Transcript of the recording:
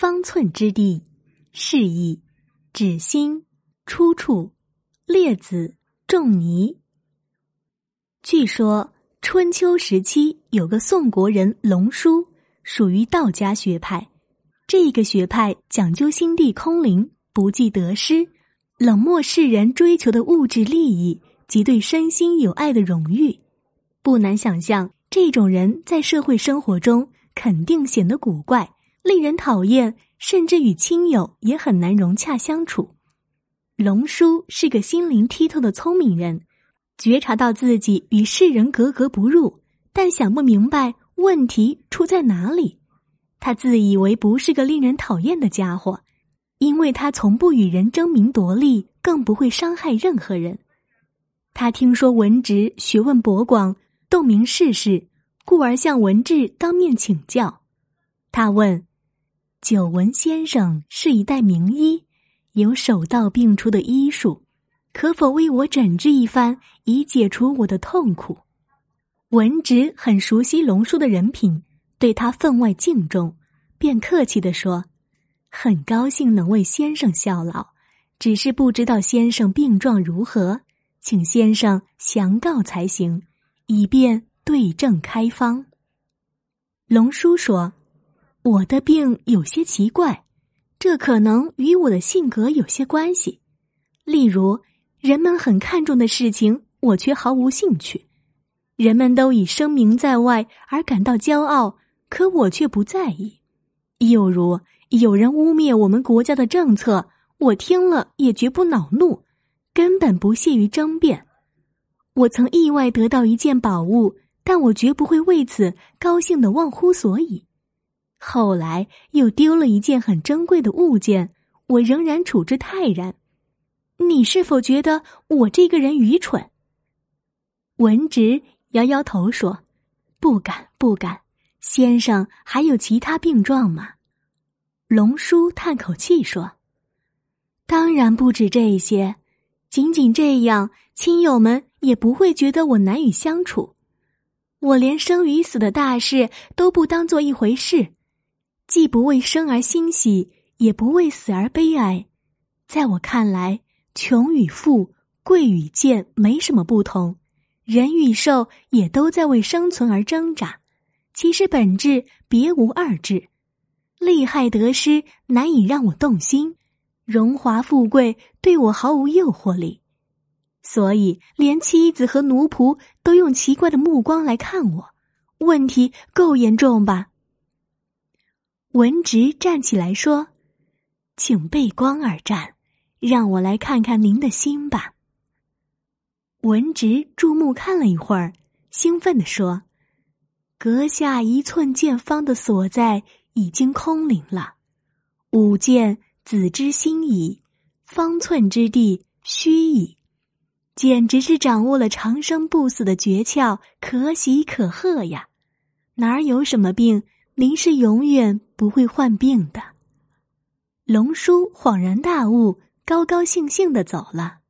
方寸之地，释义，指心，出处，列子，仲尼。据说春秋时期有个宋国人龙叔，属于道家学派。这个学派讲究心地空灵，不计得失，冷漠世人追求的物质利益及对身心有爱的荣誉。不难想象，这种人在社会生活中肯定显得古怪，令人讨厌，甚至与亲友也很难融洽相处。龙叔是个心灵剔透的聪明人，觉察到自己与世人格格不入，但想不明白问题出在哪里。他自以为不是个令人讨厌的家伙，因为他从不与人争名夺利，更不会伤害任何人。他听说文直学问博广，洞明世事，故而向文治当面请教。他问：久闻先生是一代名医，有手到病除的医术，可否为我诊治一番，以解除我的痛苦？文直很熟悉龙叔的人品，对他分外敬重，便客气地说：很高兴能为先生效劳，只是不知道先生病状如何，请先生详告才行，以便对症开方。龙叔说：我的病有些奇怪，这可能与我的性格有些关系。例如，人们很看重的事情，我却毫无兴趣；人们都以声名在外而感到骄傲，可我却不在意。又如，有人污蔑我们国家的政策，我听了也绝不恼怒，根本不屑于争辩。我曾意外得到一件宝物，但我绝不会为此高兴得忘乎所以。后来又丢了一件很珍贵的物件，我仍然处之泰然。你是否觉得我这个人愚蠢？文直摇摇头说：不敢不敢，先生还有其他病状吗？龙叔叹口气说：当然不止这些，仅仅这样，亲友们也不会觉得我难以相处。我连生与死的大事都不当作一回事，既不为生而欣喜，也不为死而悲哀。在我看来，穷与富，贵与贱没什么不同，人与兽也都在为生存而挣扎，其实本质别无二致。利害得失难以让我动心，荣华富贵对我毫无诱惑力，所以连妻子和奴仆都用奇怪的目光来看我，问题够严重吧？文直站起来说：请背光而战，让我来看看您的心吧。文直注目看了一会儿，兴奋地说：阁下1寸见方的所在已经空灵了，5见子之心矣，方寸之地虚矣，简直是掌握了长生不死的诀窍，可喜可贺呀！哪儿有什么病，您是永远不会患病的。龙叔恍然大悟，高高兴兴地走了。